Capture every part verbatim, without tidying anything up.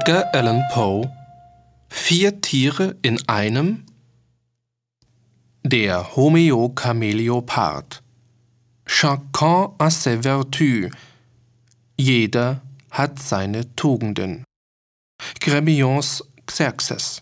Edgar Allan Poe. Vier Tiere in einem. Der Homöokameleopard. Chacun a ses vertus. Jeder hat seine Tugenden. Gremillons Xerxes.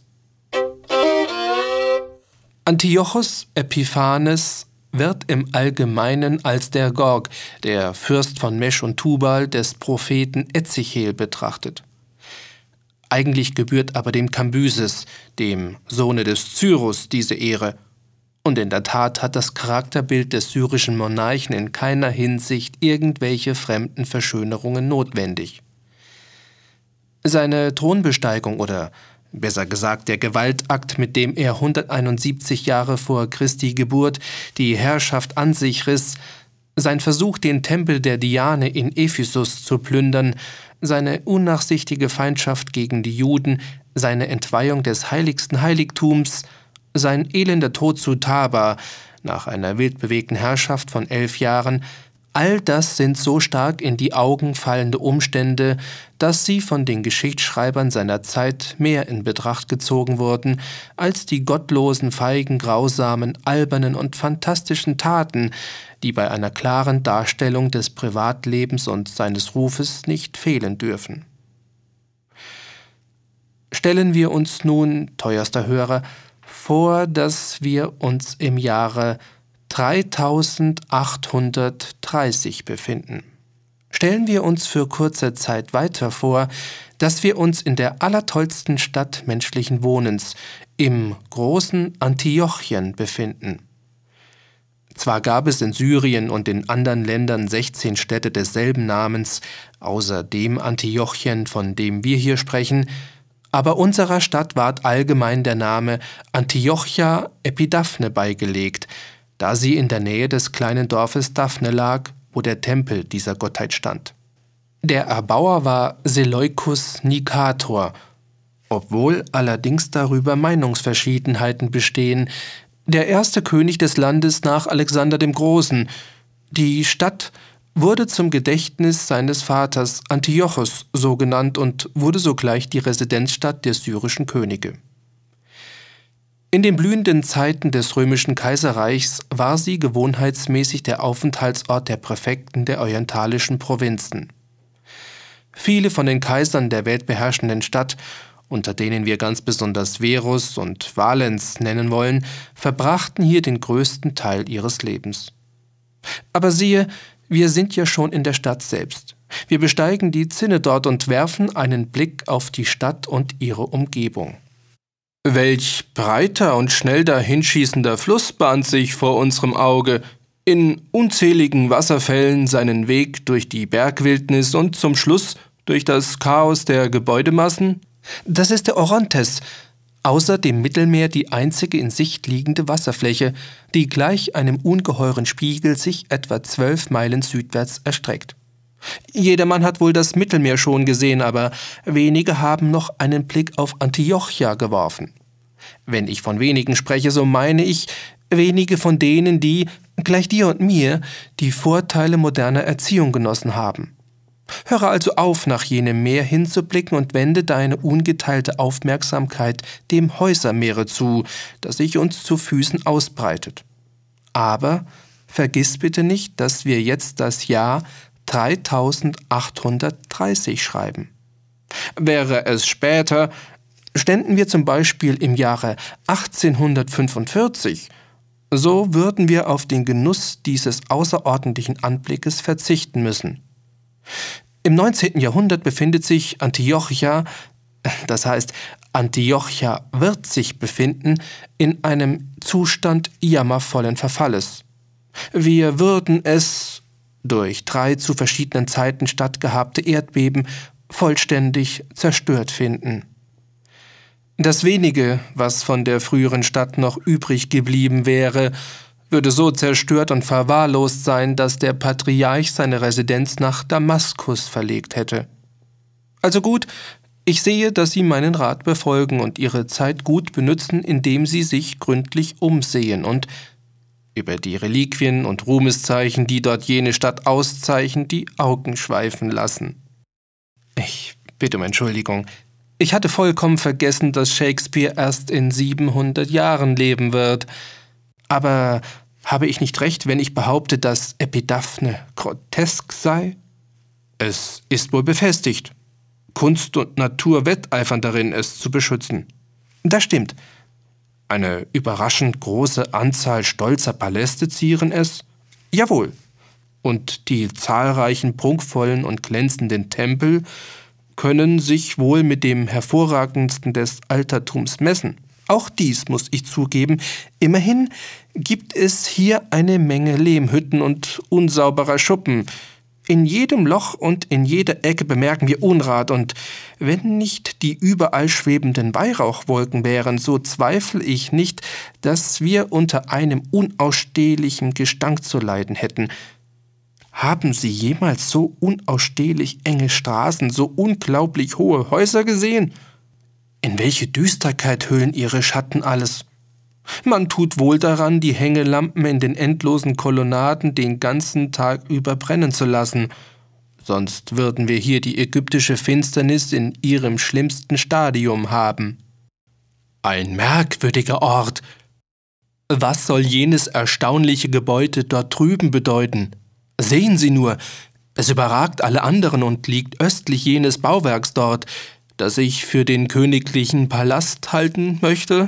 Antiochos Epiphanes wird im Allgemeinen als der Gog, der Fürst von Mesch und Tubal, des Propheten Ezechiel betrachtet. Eigentlich gebührt aber dem Kambyses, dem Sohne des Cyrus, diese Ehre. Und in der Tat hat das Charakterbild des syrischen Monarchen in keiner Hinsicht irgendwelche fremden Verschönerungen notwendig. Seine Thronbesteigung oder besser gesagt der Gewaltakt, mit dem er hunderteinundsiebzig Jahre vor Christi Geburt die Herrschaft an sich riss, sein Versuch, den Tempel der Diane in Ephesus zu plündern, seine unnachsichtige Feindschaft gegen die Juden, seine Entweihung des heiligsten Heiligtums, sein elender Tod zu Taba nach einer wild bewegten Herrschaft von elf Jahren, all das sind so stark in die Augen fallende Umstände, dass sie von den Geschichtsschreibern seiner Zeit mehr in Betracht gezogen wurden, als die gottlosen, feigen, grausamen, albernen und fantastischen Taten, die bei einer klaren Darstellung des Privatlebens und seines Rufes nicht fehlen dürfen. Stellen wir uns nun, teuerster Hörer, vor, dass wir uns im Jahre dreitausendachthundertdreißig befinden. Stellen wir uns für kurze Zeit weiter vor, dass wir uns in der allertollsten Stadt menschlichen Wohnens, im großen Antiochien, befinden. Zwar gab es in Syrien und in anderen Ländern sechzehn Städte desselben Namens, außer dem Antiochien, von dem wir hier sprechen, aber unserer Stadt ward allgemein der Name Antiochia Epidaphne beigelegt, da sie in der Nähe des kleinen Dorfes Daphne lag, wo der Tempel dieser Gottheit stand. Der Erbauer war Seleukus Nikator, obwohl allerdings darüber Meinungsverschiedenheiten bestehen, der erste König des Landes nach Alexander dem Großen. Die Stadt wurde zum Gedächtnis seines Vaters Antiochos so genannt und wurde sogleich die Residenzstadt der syrischen Könige. In den blühenden Zeiten des römischen Kaiserreichs war sie gewohnheitsmäßig der Aufenthaltsort der Präfekten der orientalischen Provinzen. Viele von den Kaisern der weltbeherrschenden Stadt, unter denen wir ganz besonders Verus und Valens nennen wollen, verbrachten hier den größten Teil ihres Lebens. Aber siehe, wir sind ja schon in der Stadt selbst. Wir besteigen die Zinne dort und werfen einen Blick auf die Stadt und ihre Umgebung. Welch breiter und schnell dahinschießender Fluss bahnt sich vor unserem Auge, in unzähligen Wasserfällen seinen Weg durch die Bergwildnis und zum Schluss durch das Chaos der Gebäudemassen? Das ist der Orontes, außer dem Mittelmeer die einzige in Sicht liegende Wasserfläche, die gleich einem ungeheuren Spiegel sich etwa zwölf Meilen südwärts erstreckt. Jedermann hat wohl das Mittelmeer schon gesehen, aber wenige haben noch einen Blick auf Antiochia geworfen. Wenn ich von wenigen spreche, so meine ich wenige von denen, die, gleich dir und mir, die Vorteile moderner Erziehung genossen haben. Höre also auf, nach jenem Meer hinzublicken und wende deine ungeteilte Aufmerksamkeit dem Häusermeere zu, das sich uns zu Füßen ausbreitet. Aber vergiss bitte nicht, dass wir jetzt das Jahr dreitausendachthundertdreißig schreiben. Wäre es später, ständen wir zum Beispiel im Jahre achtzehnhundertfünfundvierzig, so würden wir auf den Genuss dieses außerordentlichen Anblickes verzichten müssen. Im neunzehnten Jahrhundert befindet sich Antiochia, das heißt Antiochia wird sich befinden, in einem Zustand jammervollen Verfalles. Wir würden es durch drei zu verschiedenen Zeiten stattgehabte Erdbeben vollständig zerstört finden. Das wenige, was von der früheren Stadt noch übrig geblieben wäre, würde so zerstört und verwahrlost sein, dass der Patriarch seine Residenz nach Damaskus verlegt hätte. Also gut, ich sehe, dass Sie meinen Rat befolgen und Ihre Zeit gut benützen, indem Sie sich gründlich umsehen und über die Reliquien und Ruhmeszeichen, die dort jene Stadt auszeichnen, die Augen schweifen lassen. Ich bitte um Entschuldigung. Ich hatte vollkommen vergessen, dass Shakespeare erst in siebenhundert Jahren leben wird. Aber habe ich nicht recht, wenn ich behaupte, dass Epidaphne grotesk sei? Es ist wohl befestigt. Kunst und Natur wetteifern darin, es zu beschützen. Das stimmt. Eine überraschend große Anzahl stolzer Paläste zieren es? Jawohl. Und die zahlreichen prunkvollen und glänzenden Tempel können sich wohl mit dem hervorragendsten des Altertums messen. Auch dies muss ich zugeben. Immerhin gibt es hier eine Menge Lehmhütten und unsauberer Schuppen. In jedem Loch und in jeder Ecke bemerken wir Unrat, und wenn nicht die überall schwebenden Weihrauchwolken wären, so zweifle ich nicht, dass wir unter einem unausstehlichen Gestank zu leiden hätten. Haben Sie jemals so unausstehlich enge Straßen, so unglaublich hohe Häuser gesehen? In welche Düsterkeit hüllen ihre Schatten alles? Man tut wohl daran, die Hängelampen in den endlosen Kolonnaden den ganzen Tag über brennen zu lassen. Sonst würden wir hier die ägyptische Finsternis in ihrem schlimmsten Stadium haben. Ein merkwürdiger Ort. Was soll jenes erstaunliche Gebäude dort drüben bedeuten? Sehen Sie nur, es überragt alle anderen und liegt östlich jenes Bauwerks dort, das ich für den königlichen Palast halten möchte.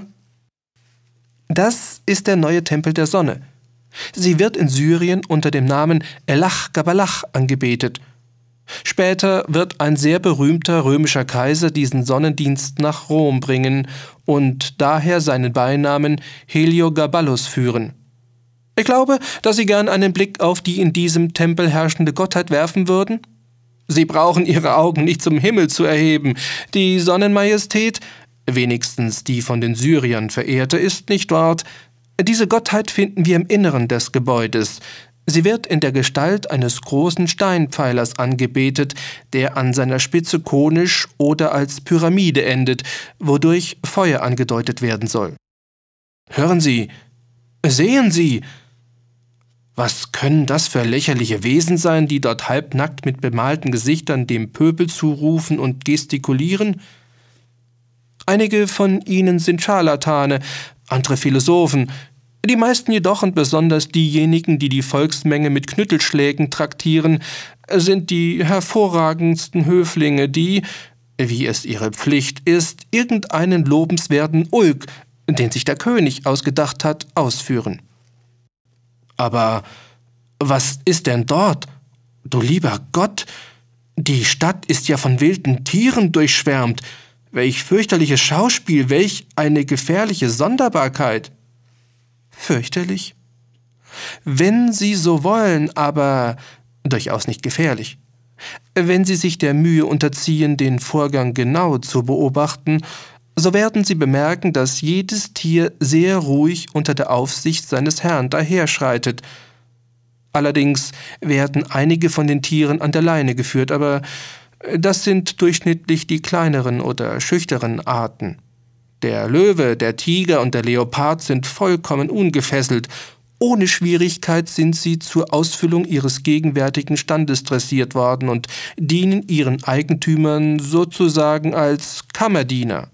Das ist der neue Tempel der Sonne. Sie wird in Syrien unter dem Namen Elach Gabalach angebetet. Später wird ein sehr berühmter römischer Kaiser diesen Sonnendienst nach Rom bringen und daher seinen Beinamen Heliogabalus führen. Ich glaube, dass Sie gern einen Blick auf die in diesem Tempel herrschende Gottheit werfen würden. Sie brauchen Ihre Augen nicht zum Himmel zu erheben. Die Sonnenmajestät, wenigstens die von den Syriern verehrte, ist nicht dort. Diese Gottheit finden wir im Inneren des Gebäudes. Sie wird in der Gestalt eines großen Steinpfeilers angebetet, der an seiner Spitze konisch oder als Pyramide endet, wodurch Feuer angedeutet werden soll. Hören Sie, sehen Sie! Was können das für lächerliche Wesen sein, die dort halbnackt mit bemalten Gesichtern dem Pöbel zurufen und gestikulieren? Einige von ihnen sind Scharlatane, andere Philosophen, die meisten jedoch und besonders diejenigen, die die Volksmenge mit Knüttelschlägen traktieren, sind die hervorragendsten Höflinge, die, wie es ihre Pflicht ist, irgendeinen lobenswerten Ulk, den sich der König ausgedacht hat, ausführen. Aber was ist denn dort? Du lieber Gott, die Stadt ist ja von wilden Tieren durchschwärmt. Welch fürchterliches Schauspiel, welch eine gefährliche Sonderbarkeit. Fürchterlich? Wenn Sie so wollen, aber durchaus nicht gefährlich. Wenn Sie sich der Mühe unterziehen, den Vorgang genau zu beobachten, so werden Sie bemerken, dass jedes Tier sehr ruhig unter der Aufsicht seines Herrn daherschreitet. Allerdings werden einige von den Tieren an der Leine geführt, aber das sind durchschnittlich die kleineren oder schüchteren Arten. Der Löwe, der Tiger und der Leopard sind vollkommen ungefesselt. Ohne Schwierigkeit sind sie zur Ausfüllung ihres gegenwärtigen Standes dressiert worden und dienen ihren Eigentümern sozusagen als Kammerdiener.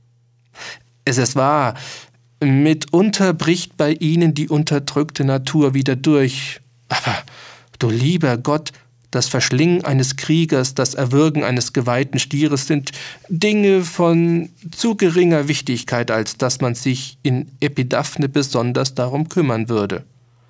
Es ist wahr, mitunter bricht bei ihnen die unterdrückte Natur wieder durch. Aber, du lieber Gott, das Verschlingen eines Kriegers, das Erwürgen eines geweihten Stieres sind Dinge von zu geringer Wichtigkeit, als dass man sich in Epidaphne besonders darum kümmern würde.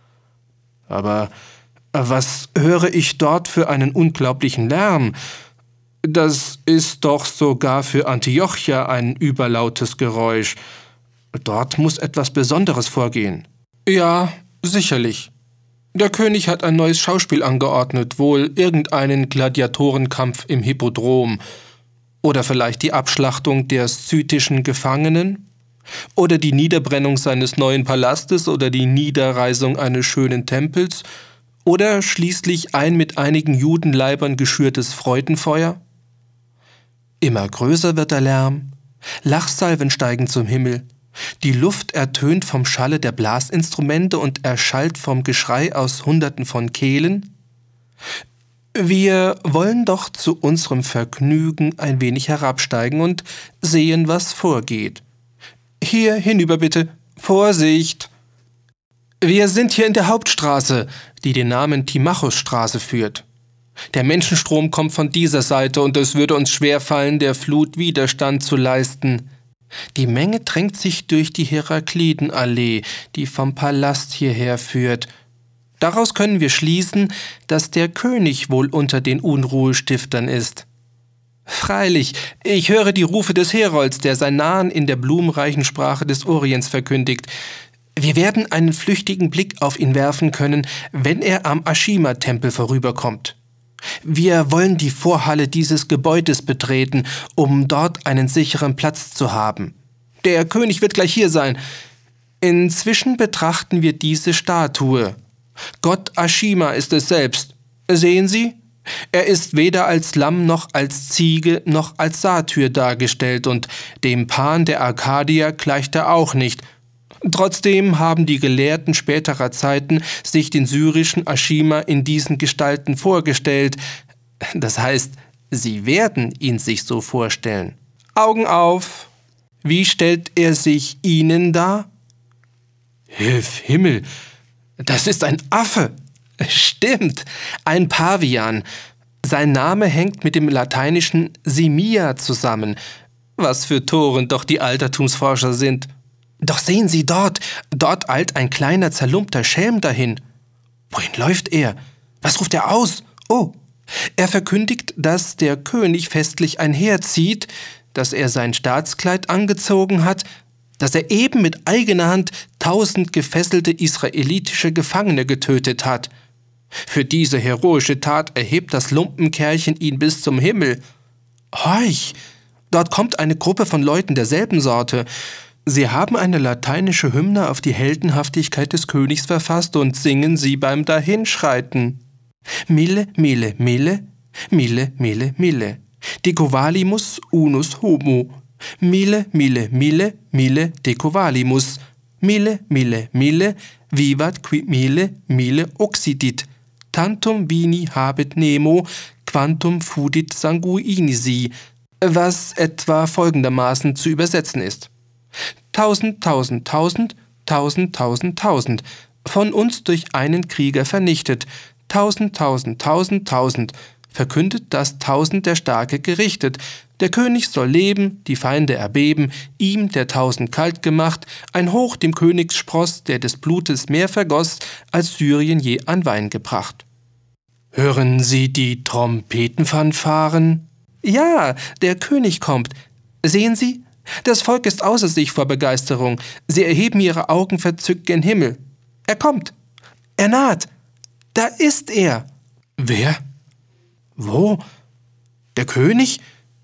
Aber was höre ich dort für einen unglaublichen Lärm? Das ist doch sogar für Antiochia ein überlautes Geräusch. Dort muss etwas Besonderes vorgehen. Ja, sicherlich. Der König hat ein neues Schauspiel angeordnet, wohl irgendeinen Gladiatorenkampf im Hippodrom. Oder vielleicht die Abschlachtung der scythischen Gefangenen? Oder die Niederbrennung seines neuen Palastes oder die Niederreißung eines schönen Tempels? Oder schließlich ein mit einigen Judenleibern geschürtes Freudenfeuer? Immer größer wird der Lärm, Lachsalven steigen zum Himmel, die Luft ertönt vom Schalle der Blasinstrumente und erschallt vom Geschrei aus Hunderten von Kehlen. Wir wollen doch zu unserem Vergnügen ein wenig herabsteigen und sehen, was vorgeht. Hier hinüber bitte. Vorsicht! Wir sind hier in der Hauptstraße, die den Namen Timachusstraße führt. Der Menschenstrom kommt von dieser Seite und es würde uns schwerfallen, der Flut Widerstand zu leisten. Die Menge drängt sich durch die Heraklidenallee, die vom Palast hierher führt. Daraus können wir schließen, dass der König wohl unter den Unruhestiftern ist. Freilich, ich höre die Rufe des Herolds, der sein Nahen in der blumenreichen Sprache des Orients verkündigt. Wir werden einen flüchtigen Blick auf ihn werfen können, wenn er am Ashima-Tempel vorüberkommt. Wir wollen die Vorhalle dieses Gebäudes betreten, um dort einen sicheren Platz zu haben. Der König wird gleich hier sein. Inzwischen betrachten wir diese Statue. Gott Ashima ist es selbst. Sehen Sie? Er ist weder als Lamm noch als Ziege noch als Satyr dargestellt und dem Pan der Arkadier gleicht er auch nicht. Trotzdem haben die Gelehrten späterer Zeiten sich den syrischen Ashima in diesen Gestalten vorgestellt. Das heißt, sie werden ihn sich so vorstellen. Augen auf! Wie stellt er sich Ihnen dar? Hilf Himmel! Das ist ein Affe. Stimmt, ein Pavian. Sein Name hängt mit dem lateinischen Simia zusammen. Was für Toren doch die Altertumsforscher sind. Doch sehen Sie dort, dort eilt ein kleiner zerlumpter Schelm dahin. Wohin läuft er? Was ruft er aus? Oh, er verkündigt, dass der König festlich einherzieht, dass er sein Staatskleid angezogen hat, dass er eben mit eigener Hand tausend gefesselte israelitische Gefangene getötet hat. Für diese heroische Tat erhebt das Lumpenkerlchen ihn bis zum Himmel. Horch, dort kommt eine Gruppe von Leuten derselben Sorte. Sie haben eine lateinische Hymne auf die Heldenhaftigkeit des Königs verfasst und singen sie beim Dahinschreiten. Mille, mille, mille, mille, mille, mille. Decovalimus unus homo. Mille, mille, mille, mille decovalimus. Mille, mille, mille, vivat qui mille, mille occidit. Tantum vini habet nemo, quantum fudit sanguinisi. Was etwa folgendermaßen zu übersetzen ist. Tausend, tausend, tausend, tausend, tausend, tausend, von uns durch einen Krieger vernichtet. Tausend, tausend, tausend, tausend, verkündet das Tausend der Starke gerichtet. Der König soll leben, die Feinde erbeben, ihm der Tausend kalt gemacht, ein Hoch dem Königsspross, der des Blutes mehr vergoss, als Syrien je an Wein gebracht. Hören Sie die Trompetenfanfaren? Ja, der König kommt. Sehen Sie? Das Volk ist außer sich vor Begeisterung. Sie erheben ihre Augen verzückt gen Himmel. Er kommt. Er naht. Da ist er. Wer? Wo? Der König?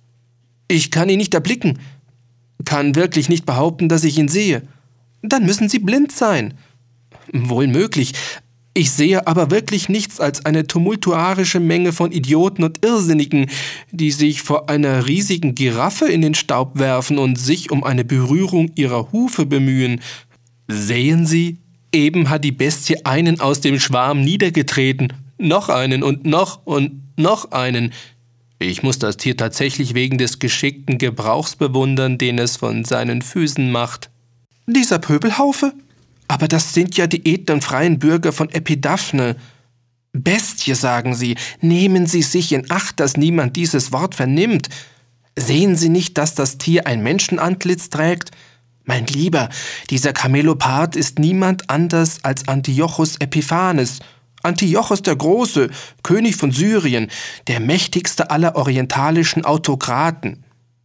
Ich kann ihn nicht erblicken. Kann wirklich nicht behaupten, dass ich ihn sehe. Dann müssen Sie blind sein. Wohl möglich. Ich sehe aber wirklich nichts als eine tumultuarische Menge von Idioten und Irrsinnigen, die sich vor einer riesigen Giraffe in den Staub werfen und sich um eine Berührung ihrer Hufe bemühen. Sehen Sie? Eben hat die Bestie einen aus dem Schwarm niedergetreten. Noch einen und noch und noch einen. Ich muss das Tier tatsächlich wegen des geschickten Gebrauchs bewundern, den es von seinen Füßen macht. Dieser Pöbelhaufe? Aber das sind ja die edlen freien Bürger von Epidaphne. Bestie, sagen Sie, nehmen Sie sich in Acht, dass niemand dieses Wort vernimmt. Sehen Sie nicht, dass das Tier ein Menschenantlitz trägt? Mein Lieber, dieser Kamelopard ist niemand anders als Antiochus Epiphanes. Antiochos der Große, König von Syrien, der mächtigste aller orientalischen Autokraten.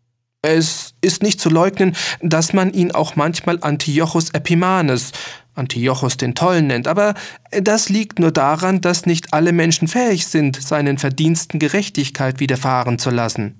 Es ist nicht zu leugnen, dass man ihn auch manchmal Antiochus Epimanes, Antiochos den Tollen nennt, aber das liegt nur daran, dass nicht alle Menschen fähig sind, seinen Verdiensten Gerechtigkeit widerfahren zu lassen.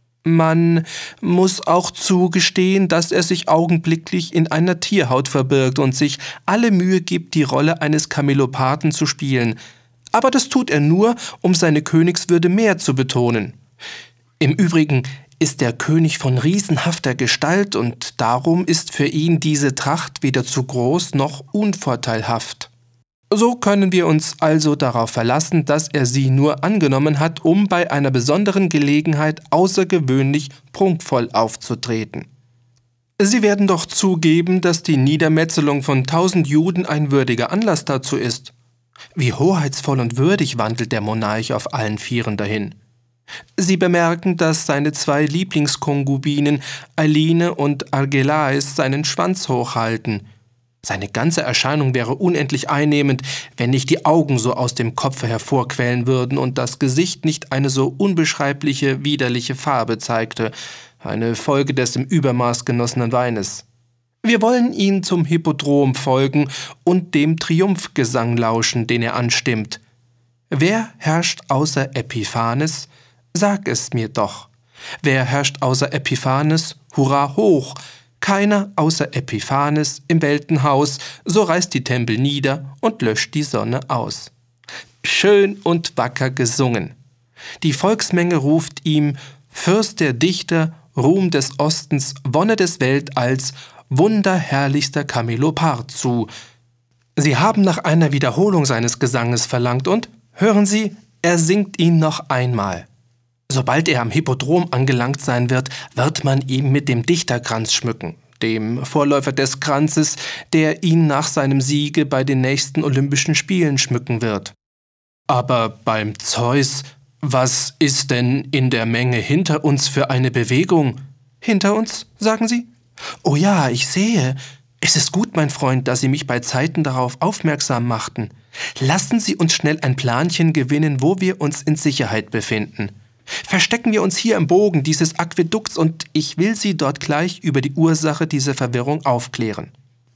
Man muss auch zugestehen, dass er sich augenblicklich in einer Tierhaut verbirgt und sich alle Mühe gibt, die Rolle eines Kameloparden zu spielen. Aber das tut er nur, um seine Königswürde mehr zu betonen. Im Übrigen ist der König von riesenhafter Gestalt und darum ist für ihn diese Tracht weder zu groß noch unvorteilhaft. So können wir uns also darauf verlassen, dass er sie nur angenommen hat, um bei einer besonderen Gelegenheit außergewöhnlich prunkvoll aufzutreten. Sie werden doch zugeben, dass die Niedermetzelung von tausend Juden ein würdiger Anlass dazu ist. Wie hoheitsvoll und würdig wandelt der Monarch auf allen Vieren dahin. Sie bemerken, dass seine zwei Lieblingskonkubinen Aline und Argelais seinen Schwanz hochhalten. Seine ganze Erscheinung wäre unendlich einnehmend, wenn nicht die Augen so aus dem Kopfe hervorquellen würden und das Gesicht nicht eine so unbeschreibliche, widerliche Farbe zeigte, eine Folge des im Übermaß genossenen Weines. Wir wollen ihn zum Hippodrom folgen und dem Triumphgesang lauschen, den er anstimmt. Wer herrscht außer Epiphanes? Sag es mir doch. Wer herrscht außer Epiphanes? Hurra hoch! Keiner außer Epiphanes im Weltenhaus, so reißt die Tempel nieder und löscht die Sonne aus. Schön und wacker gesungen. Die Volksmenge ruft ihm Fürst der Dichter, Ruhm des Ostens, Wonne des Weltalls, wunderherrlichster Camelopard zu. Sie haben nach einer Wiederholung seines Gesanges verlangt und, hören Sie, er singt ihn noch einmal. Sobald er am Hippodrom angelangt sein wird, wird man ihn mit dem Dichterkranz schmücken, dem Vorläufer des Kranzes, der ihn nach seinem Siege bei den nächsten Olympischen Spielen schmücken wird. Aber beim Zeus, was ist denn in der Menge hinter uns für eine Bewegung? Hinter uns, sagen Sie? Oh ja, ich sehe. Es ist gut, mein Freund, dass Sie mich bei Zeiten darauf aufmerksam machten. Lassen Sie uns schnell ein Planchen gewinnen, wo wir uns in Sicherheit befinden. Verstecken wir uns hier im Bogen dieses Aquädukts und ich will Sie dort gleich über die Ursache dieser Verwirrung aufklären.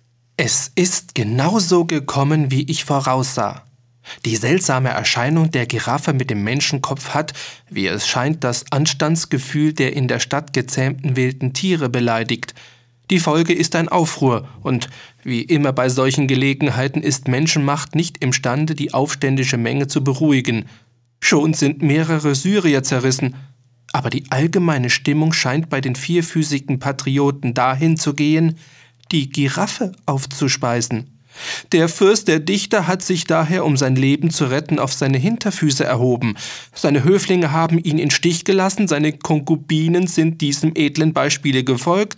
Es ist genauso gekommen, wie ich voraussah. Die seltsame Erscheinung der Giraffe mit dem Menschenkopf hat, wie es scheint, das Anstandsgefühl der in der Stadt gezähmten wilden Tiere beleidigt. Die Folge ist ein Aufruhr und, wie immer bei solchen Gelegenheiten, ist Menschenmacht nicht imstande, die aufständische Menge zu beruhigen. Schon sind mehrere Syrier zerrissen, aber die allgemeine Stimmung scheint bei den vierfüßigen Patrioten dahin zu gehen, die Giraffe aufzuspeisen. Der Fürst der Dichter hat sich daher, um sein Leben zu retten, auf seine Hinterfüße erhoben. Seine Höflinge haben ihn in Stich gelassen, seine Konkubinen sind diesem edlen Beispiele gefolgt.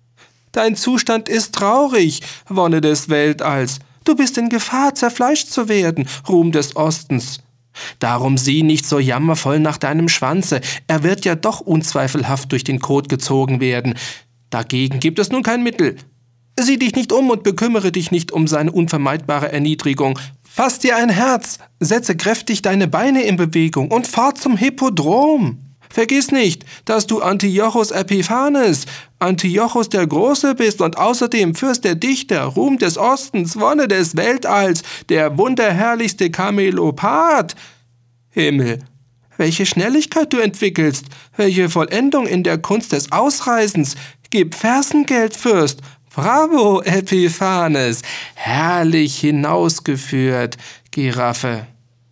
Dein Zustand ist traurig, Wonne des Weltalls. Du bist in Gefahr, zerfleischt zu werden, Ruhm des Ostens. Darum sieh nicht so jammervoll nach deinem Schwanze, er wird ja doch unzweifelhaft durch den Kot gezogen werden. Dagegen gibt es nun kein Mittel. Sieh dich nicht um und bekümmere dich nicht um seine unvermeidbare Erniedrigung. Fass dir ein Herz, setze kräftig deine Beine in Bewegung und fahr zum Hippodrom. Vergiss nicht, dass du Antiochos Epiphanes, Antiochos der Große bist und außerdem Fürst der Dichter, Ruhm des Ostens, Wonne des Weltalls, der wunderherrlichste Camelopard. Himmel, welche Schnelligkeit du entwickelst, welche Vollendung in der Kunst des Ausreißens. Gib Fersengeld, Fürst. Bravo, Epiphanes, herrlich hinausgeführt, Giraffe.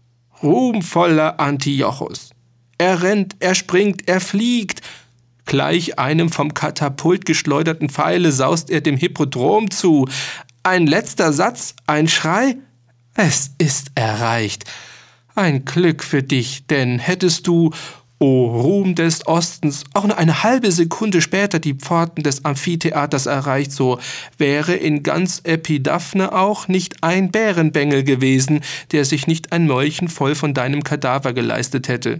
Ruhmvoller Antiochos. Er rennt, er springt, er fliegt. Gleich einem vom Katapult geschleuderten Pfeile saust er dem Hippodrom zu. Ein letzter Satz, ein Schrei. Es ist erreicht. Ein Glück für dich, denn hättest du, o Ruhm des Ostens, auch nur eine halbe Sekunde später die Pforten des Amphitheaters erreicht, so wäre in ganz Epidaphne auch nicht ein Bärenbengel gewesen, der sich nicht ein Mäulchen voll von deinem Kadaver geleistet hätte.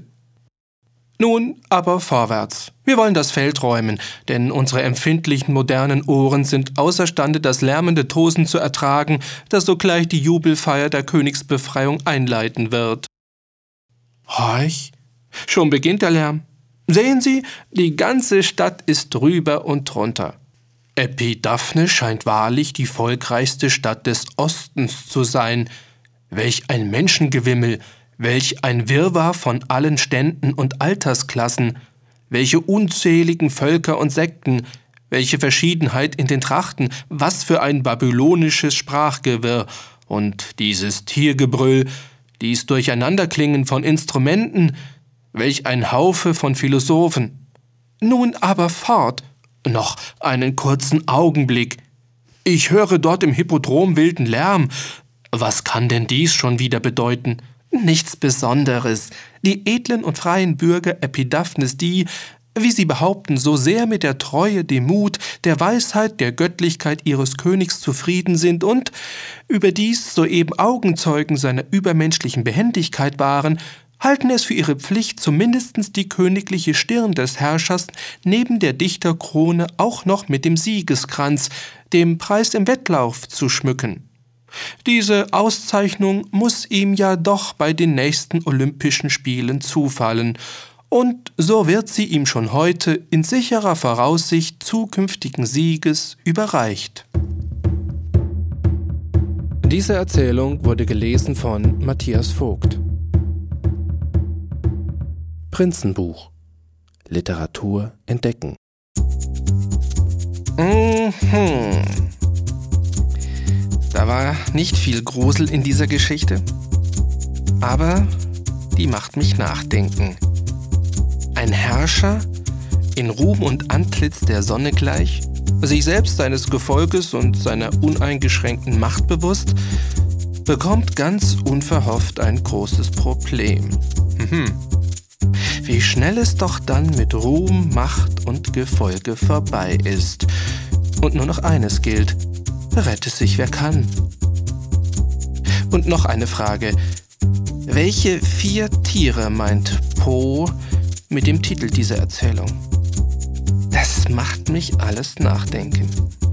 Nun aber vorwärts. Wir wollen das Feld räumen, denn unsere empfindlichen modernen Ohren sind außerstande, das lärmende Tosen zu ertragen, das sogleich die Jubelfeier der Königsbefreiung einleiten wird. Horch! Schon beginnt der Lärm. Sehen Sie, die ganze Stadt ist drüber und drunter. Epidaphne scheint wahrlich die volkreichste Stadt des Ostens zu sein. Welch ein Menschengewimmel, welch ein Wirrwarr von allen Ständen und Altersklassen, welche unzähligen Völker und Sekten, welche Verschiedenheit in den Trachten, was für ein babylonisches Sprachgewirr und dieses Tiergebrüll, dies Durcheinanderklingen von Instrumenten, welch ein Haufe von Philosophen. Nun aber fort, noch einen kurzen Augenblick. Ich höre dort im Hippodrom wilden Lärm. Was kann denn dies schon wieder bedeuten? Nichts Besonderes. Die edlen und freien Bürger Epidaphnes, die, wie sie behaupten, so sehr mit der Treue, dem Mut, der Weisheit, der Göttlichkeit ihres Königs zufrieden sind und überdies soeben Augenzeugen seiner übermenschlichen Behendigkeit waren, halten es für ihre Pflicht, zumindest die königliche Stirn des Herrschers neben der Dichterkrone auch noch mit dem Siegeskranz, dem Preis im Wettlauf, zu schmücken. Diese Auszeichnung muss ihm ja doch bei den nächsten Olympischen Spielen zufallen, und so wird sie ihm schon heute in sicherer Voraussicht zukünftigen Sieges überreicht. Diese Erzählung wurde gelesen von Matthias Vogt. Prinzenbuch. Literatur entdecken. Mhm. Da war nicht viel Grusel in dieser Geschichte, aber die macht mich nachdenken. Ein Herrscher, in Ruhm und Antlitz der Sonne gleich, sich selbst seines Gefolges und seiner uneingeschränkten Macht bewusst, bekommt ganz unverhofft ein großes Problem. Mhm. Wie schnell es doch dann mit Ruhm, Macht und Gefolge vorbei ist. Und nur noch eines gilt: rette sich, wer kann. Und noch eine Frage: Welche vier Tiere meint Poe mit dem Titel dieser Erzählung? Das macht mich alles nachdenken.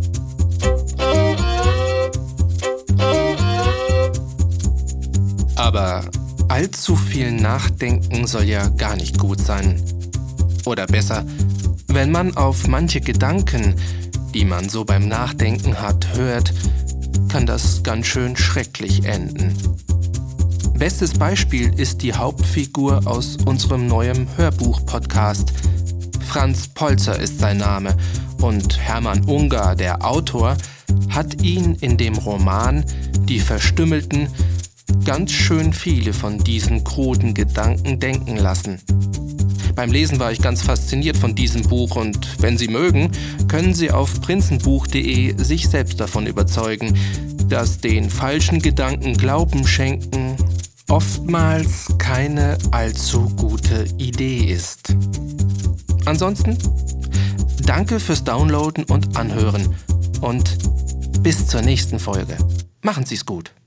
Aber allzu viel Nachdenken soll ja gar nicht gut sein. Oder besser, wenn man auf manche Gedanken, die man so beim Nachdenken hat, hört, kann das ganz schön schrecklich enden. Bestes Beispiel ist die Hauptfigur aus unserem neuen Hörbuch-Podcast. Franz Polzer ist sein Name und Hermann Unger, der Autor, hat ihn in dem Roman Die Verstümmelten ganz schön viele von diesen kruden Gedanken denken lassen. Beim Lesen war ich ganz fasziniert von diesem Buch und wenn Sie mögen, können Sie auf prinzenbuch punkt de sich selbst davon überzeugen, dass den falschen Gedanken Glauben schenken oftmals keine allzu gute Idee ist. Ansonsten, danke fürs Downloaden und Anhören und bis zur nächsten Folge. Machen Sie's gut.